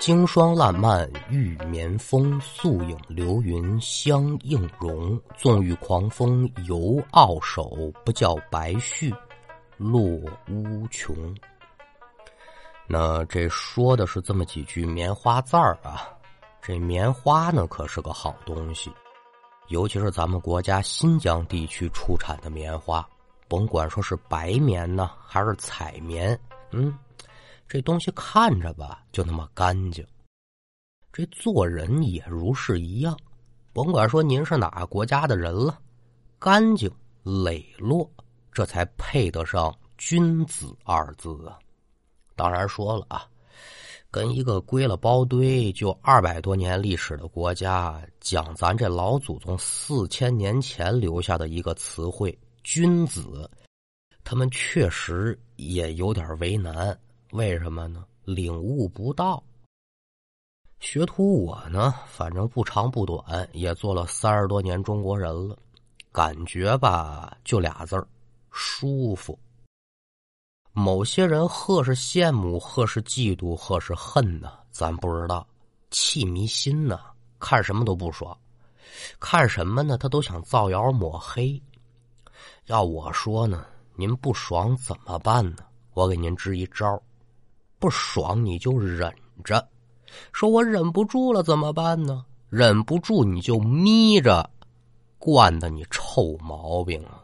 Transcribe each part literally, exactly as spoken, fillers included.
经霜烂漫玉绵风，素影流云相映容。纵欲狂风犹傲首，不教白絮落乌琼。那这说的是这么几句棉花字儿啊。这棉花呢可是个好东西，尤其是咱们国家新疆地区出产的棉花，甭管说是白棉呢还是彩棉，嗯，这东西看着吧就那么干净。这做人也如是一样，甭管说您是哪个国家的人了，干净磊落，这才配得上君子二字啊。当然说了啊，跟一个归了包堆就二百多年历史的国家讲咱这老祖宗四千年前留下的一个词汇君子，他们确实也有点为难。为什么呢？领悟不到。学徒我呢，反正不长不短，也做了三十多年中国人了，感觉吧就俩字儿，舒服。某些人或是羡慕，或是嫉妒，或是恨呢，咱不知道。气迷心呢，看什么都不爽，看什么呢他都想造谣抹黑。要我说呢，您不爽怎么办呢？我给您支一招，不爽你就忍着。说我忍不住了怎么办呢？忍不住你就眯着，惯得你臭毛病啊。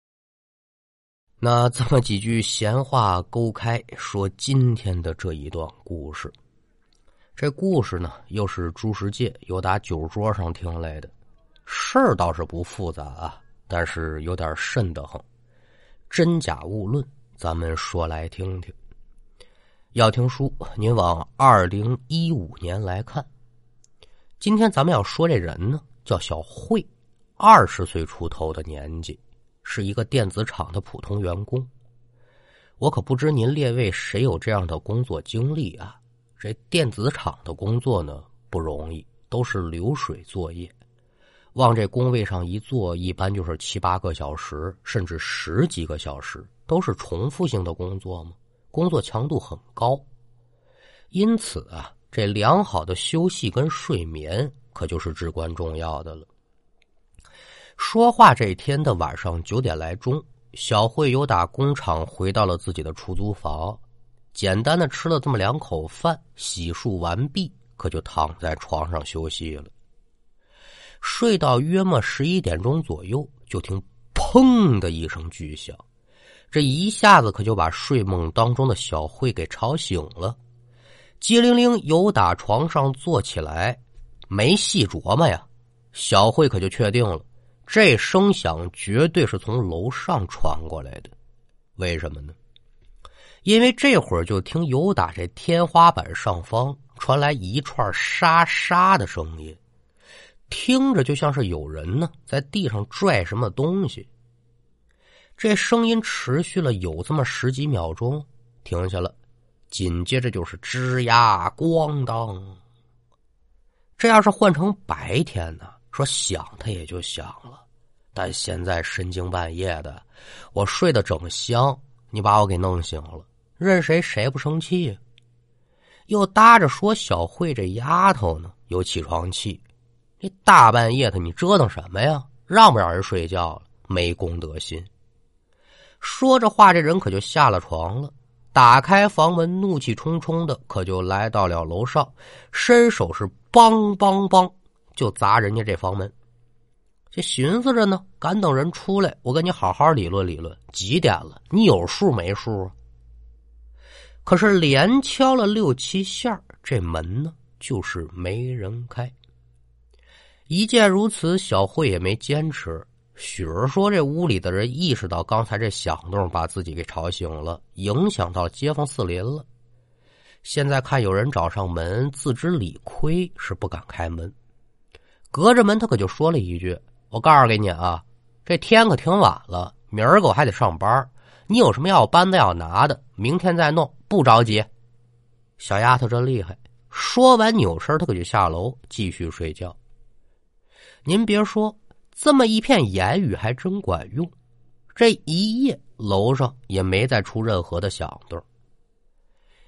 那这么几句闲话勾开，说今天的这一段故事。这故事呢，又是朱世界由打酒桌上听来的，事儿倒是不复杂啊，但是有点瘆得慌。真假勿论，咱们说来听听。要听书，您往二零一五年来看。今天咱们要说这人呢，叫小慧，二十岁出头的年纪，是一个电子厂的普通员工。我可不知您列位谁有这样的工作经历啊？这电子厂的工作呢不容易，都是流水作业，往这工位上一坐，一般就是七八个小时，甚至十几个小时，都是重复性的工作嘛。工作强度很高，因此啊，这良好的休息跟睡眠可就是至关重要的了。说话这天的晚上九点来钟，小慧由打工厂回到了自己的出租房，简单的吃了这么两口饭，洗漱完毕，可就躺在床上休息了。睡到约莫十一点钟左右，就听砰的一声巨响，这一下子可就把睡梦当中的小慧给吵醒了。机灵灵由打床上坐起来，没细琢磨呀，小慧可就确定了，这声响绝对是从楼上传过来的。为什么呢？因为这会儿就听由打这天花板上方传来一串沙沙的声音，听着就像是有人呢在地上拽什么东西。这声音持续了有这么十几秒钟，停下了，紧接着就是吱呀咣当。这要是换成白天呢，说响它也就响了，但现在深更半夜的，我睡得正香，你把我给弄醒了，任谁谁不生气啊？又搭着说小慧这丫头呢有起床气，这大半夜的你折腾什么呀？让不让人睡觉了？没公德心。说着话，这人可就下了床了，打开房门，怒气冲冲的可就来到了楼上，伸手是梆梆梆就砸人家这房门。这寻思着呢，赶等人出来，我跟你好好理论理论，几点了，你有数没数啊？可是连敲了六七下，这门呢就是没人开。一见如此，小慧也没坚持，许儿说这屋里的人意识到刚才这响动把自己给吵醒了，影响到街坊四邻了。现在看有人找上门，自知理亏，是不敢开门。隔着门他可就说了一句，我告诉给你啊，这天可挺晚了，明儿个我还得上班，你有什么要搬的要拿的，明天再弄，不着急。小丫头真厉害，说完扭身他可就下楼继续睡觉。您别说，这么一片言语还真管用，这一夜楼上也没再出任何的响动。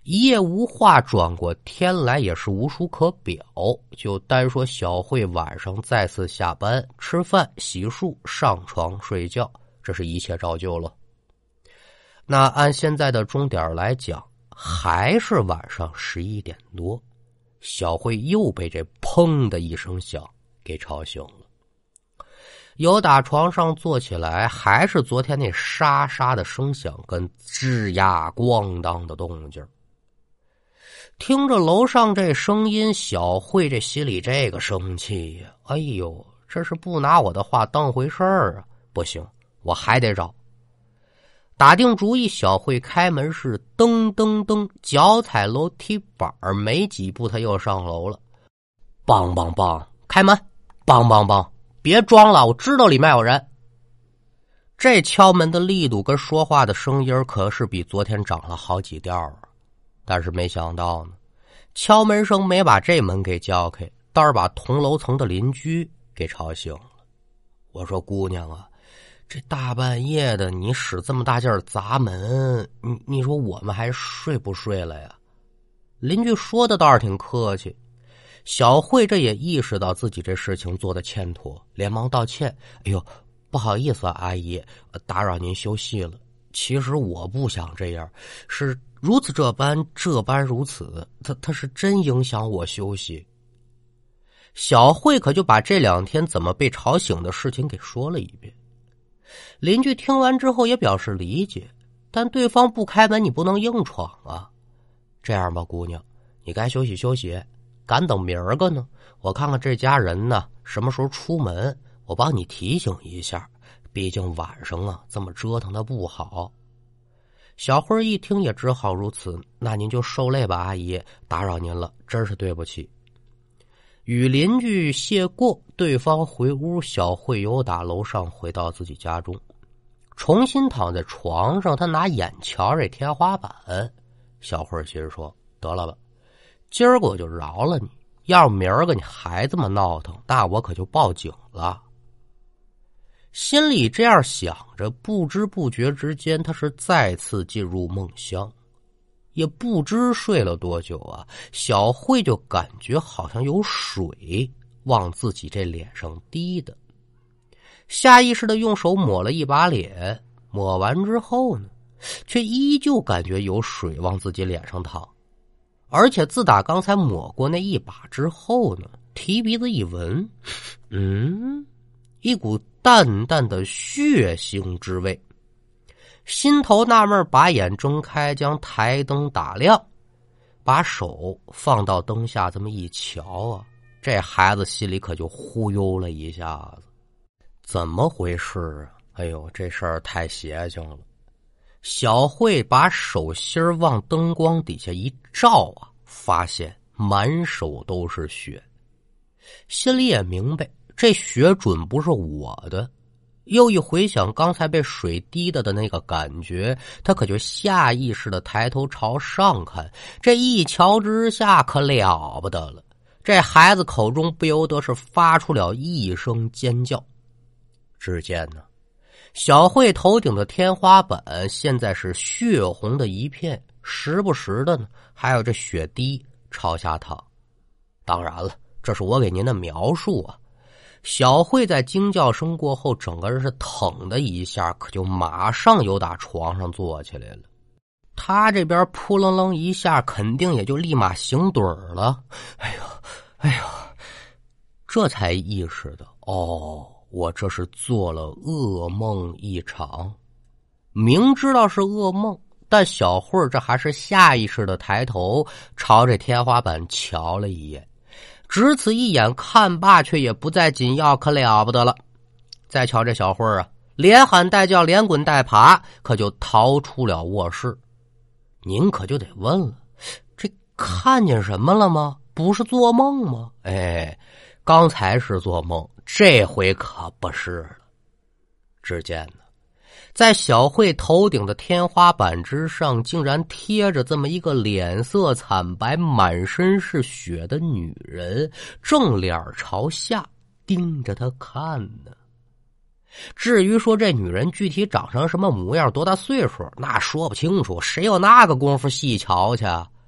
一夜无话，转过天来也是无书可表。就单说小慧晚上再次下班，吃饭、洗漱、上床睡觉，这是一切照旧了。那按现在的钟点来讲，还是晚上十一点多，小慧又被这砰的一声响给吵醒了。由打床上坐起来，还是昨天那沙沙的声响跟吱呀咣当的动静。听着楼上这声音，小慧这心里这个生气呀！哎呦，这是不拿我的话当回事儿啊！不行，我还得找。打定主意，小慧开门是噔噔噔，脚踩楼梯板，没几步他又上楼了。梆梆梆，开门！梆梆梆，别装了，我知道里面有人。这敲门的力度跟说话的声音可是比昨天涨了好几调啊！但是没想到呢，敲门声没把这门给叫开，倒是把同楼层的邻居给吵醒了。我说姑娘啊，这大半夜的你使这么大劲儿砸门，你你说我们还睡不睡了呀？邻居说的倒是挺客气。小慧这也意识到自己这事情做的欠妥，连忙道歉。哎呦，不好意思啊，阿姨，打扰您休息了。其实我不想这样，是如此这般，这般如此，他他是真影响我休息。小慧可就把这两天怎么被吵醒的事情给说了一遍。邻居听完之后也表示理解，但对方不开门，你不能硬闯啊。这样吧，姑娘，你该休息休息，赶等明儿个呢。我看看这家人呢什么时候出门，我帮你提醒一下。毕竟晚上啊这么折腾的不好。小慧一听也只好如此，那您就受累吧，阿姨，打扰您了，真是对不起。与邻居谢过，对方回屋，小慧又打楼上回到自己家中，重新躺在床上，他拿眼瞧这天花板。小慧心说，得了吧，今儿个我就饶了你，要是明儿个你还这么闹腾，那我可就报警了。心里这样想着，不知不觉之间他是再次进入梦乡。也不知睡了多久啊，小慧就感觉好像有水往自己这脸上滴的，下意识的用手抹了一把脸，抹完之后呢，却依旧感觉有水往自己脸上淌。而且自打刚才抹过那一把之后呢，提鼻子一闻，嗯，一股淡淡的血腥之味。心头纳闷，把眼睁开，将台灯打亮，把手放到灯下这么一瞧啊，这孩子心里可就忽悠了一下子。怎么回事啊？哎呦，这事儿太邪性了。小慧把手心往灯光底下一照啊，发现满手都是血，心里也明白这血准不是我的。又一回想刚才被水滴的的那个感觉，他可就下意识的抬头朝上看，这一瞧之下可了不得了，这孩子口中不由得是发出了一声尖叫。只见呢，小慧头顶的天花板现在是血红的一片，时不时的呢还有这血滴朝下淌。当然了，这是我给您的描述啊。小慧在惊叫声过后，整个人是腾的一下，可就马上又打床上坐起来了。他这边扑棱棱一下，肯定也就立马醒盹了。哎呦，哎呦，这才意识到，哦，我这是做了噩梦一场。明知道是噩梦，但小慧这还是下意识的抬头朝着天花板瞧了一眼。只此一眼看罢，却也不再紧要，可了不得了。再瞧这小慧啊，连喊带叫，连滚带爬，可就逃出了卧室。您可就得问了，这看见什么了吗？不是做梦吗？哎，刚才是做梦，这回可不是了。只见呢，在小慧头顶的天花板之上，竟然贴着这么一个脸色惨白、满身是血的女人，正脸朝下盯着她看呢。至于说这女人具体长成什么模样、多大岁数，那说不清楚，谁有那个功夫细瞧去啊？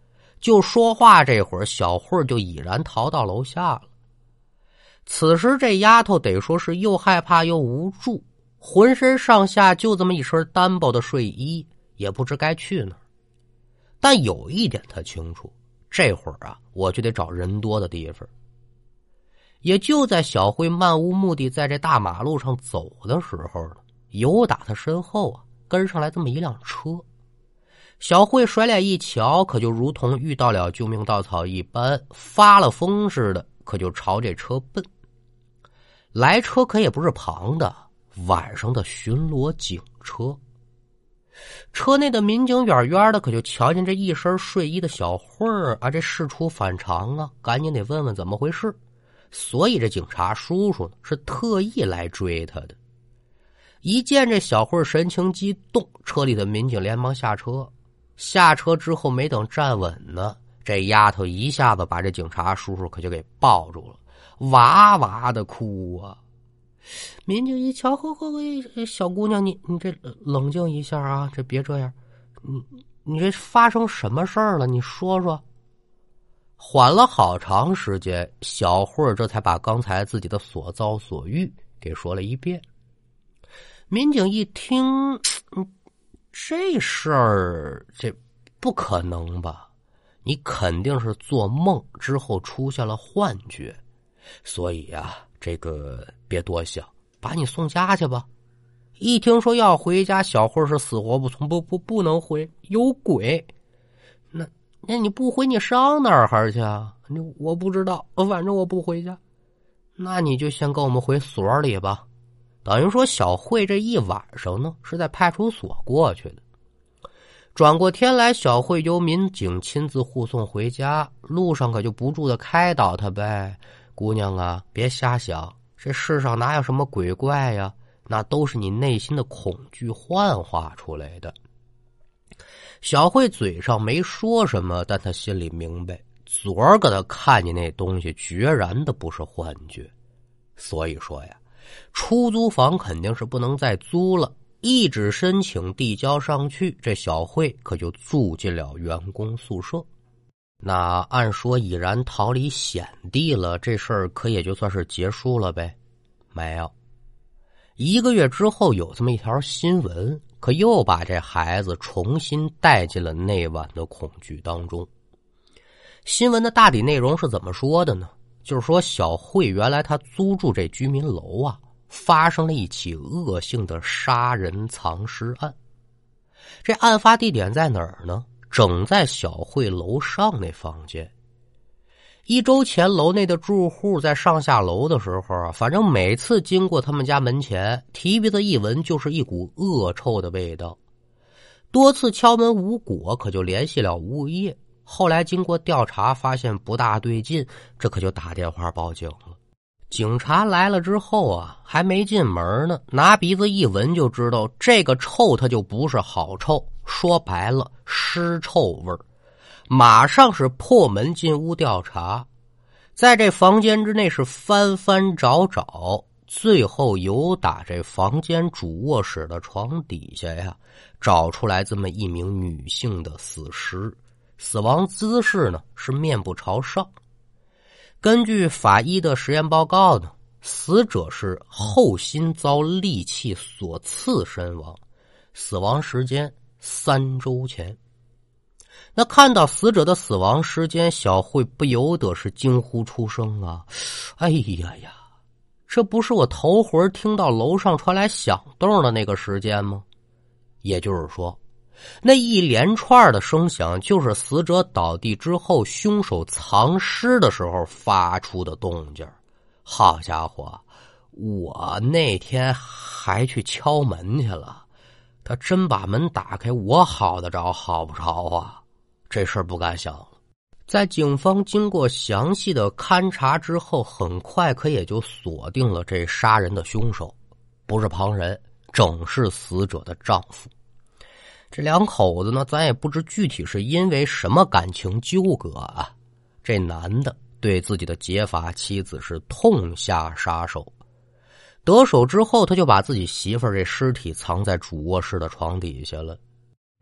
就说话这会儿，小慧就已然逃到楼下了。此时这丫头得说是又害怕又无助，浑身上下就这么一身单薄的睡衣，也不知该去哪儿。但有一点她清楚，这会儿啊，我就得找人多的地方。也就在小慧漫无目的在这大马路上走的时候呢，由打她身后啊跟上来这么一辆车。小慧甩脸一瞧，可就如同遇到了救命稻草一般，发了疯似的，可就朝这车奔。来车可也不是旁的，晚上的巡逻警车。车内的民警远远的可就瞧见这一身睡衣的小慧儿啊，这事出反常啊，赶紧得问问怎么回事。所以这警察叔叔呢是特意来追他的。一见这小慧神情激动，车里的民警连忙下车。下车之后没等站稳呢，这丫头一下子把这警察叔叔可就给抱住了，哇哇的哭啊。民警一瞧，呵呵，小姑娘，你你这冷静一下啊，这别这样，你你这发生什么事儿了？你说说。缓了好长时间，小慧这才把刚才自己的所遭所遇给说了一遍。民警一听，嗯，这事儿这不可能吧？你肯定是做梦之后出现了幻觉，所以啊，这个别多想，把你送家去吧。一听说要回家，小慧是死活不从，不不不能回，有鬼。那那你不回，你上哪儿去啊？你我不知道，反正我不回家。那你就先跟我们回所里吧。等于说小慧这一晚上呢是在派出所过去的。转过天来，小慧由民警亲自护送回家，路上可就不住的开导她呗。姑娘啊，别瞎想，这世上哪有什么鬼怪呀，那都是你内心的恐惧幻化出来的。小慧嘴上没说什么，但她心里明白，昨儿个她看见那东西决然的不是幻觉。所以说呀，出租房肯定是不能再租了，一纸申请递交上去，这小慧可就住进了员工宿舍。那按说已然逃离险地了，这事儿可也就算是结束了呗？没有。一个月之后有这么一条新闻，可又把这孩子重新带进了那晚的恐惧当中。新闻的大体内容是怎么说的呢？就是说小慧原来她租住这居民楼啊，发生了一起恶性的杀人藏尸案。这案发地点在哪儿呢？整在小慧楼上那房间。一周前楼内的住户在上下楼的时候啊，反正每次经过他们家门前，提鼻子一闻就是一股恶臭的味道。多次敲门无果，可就联系了物业。后来经过调查发现不大对劲，这可就打电话报警了。警察来了之后啊，还没进门呢，拿鼻子一闻就知道这个臭它就不是好臭，说白了尸臭味儿。马上是破门进屋调查，在这房间之内是翻翻找找，最后由打这房间主卧室的床底下呀，找出来这么一名女性的死尸，死亡姿势呢是面部朝上。根据法医的实验报告呢，死者是后心遭利器所刺身亡，死亡时间三周前。那看到死者的死亡时间，小慧不由得是惊呼出声啊！哎呀呀，这不是我头回听到楼上传来响动的那个时间吗？也就是说，那一连串的声响就是死者倒地之后凶手藏尸的时候发出的动静。好家伙，我那天还去敲门去了，他真把门打开，我好得着好不着啊？这事儿不敢想了。在警方经过详细的勘查之后，很快可也就锁定了这杀人的凶手，不是旁人，正是死者的丈夫。这两口子呢，咱也不知具体是因为什么感情纠葛啊，这男的对自己的结发妻子是痛下杀手。得手之后，他就把自己媳妇儿这尸体藏在主卧室的床底下了。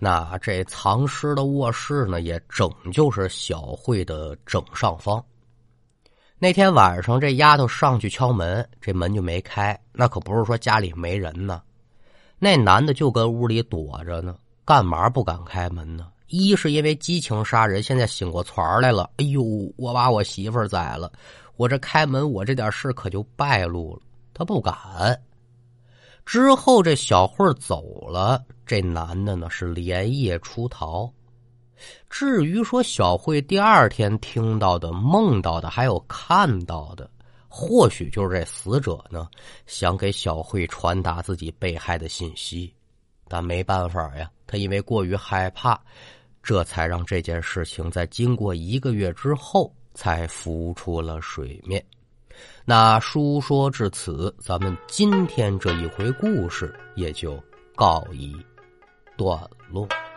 那这藏尸的卧室呢，也正就是小慧的正上方。那天晚上，这丫头上去敲门，这门就没开。那可不是说家里没人呢，那男的就跟屋里躲着呢，干嘛不敢开门呢？一是因为激情杀人，现在醒过团来了，哎呦，我把我媳妇儿宰了，我这开门，我这点事可就败露了，他不敢。之后这小慧走了，这男的呢是连夜出逃。至于说小慧第二天听到的、梦到的还有看到的，或许就是这死者呢想给小慧传达自己被害的信息，但没办法呀，他因为过于害怕，这才让这件事情在经过一个月之后才浮出了水面。那书说至此，咱们今天这一回故事也就告一段落。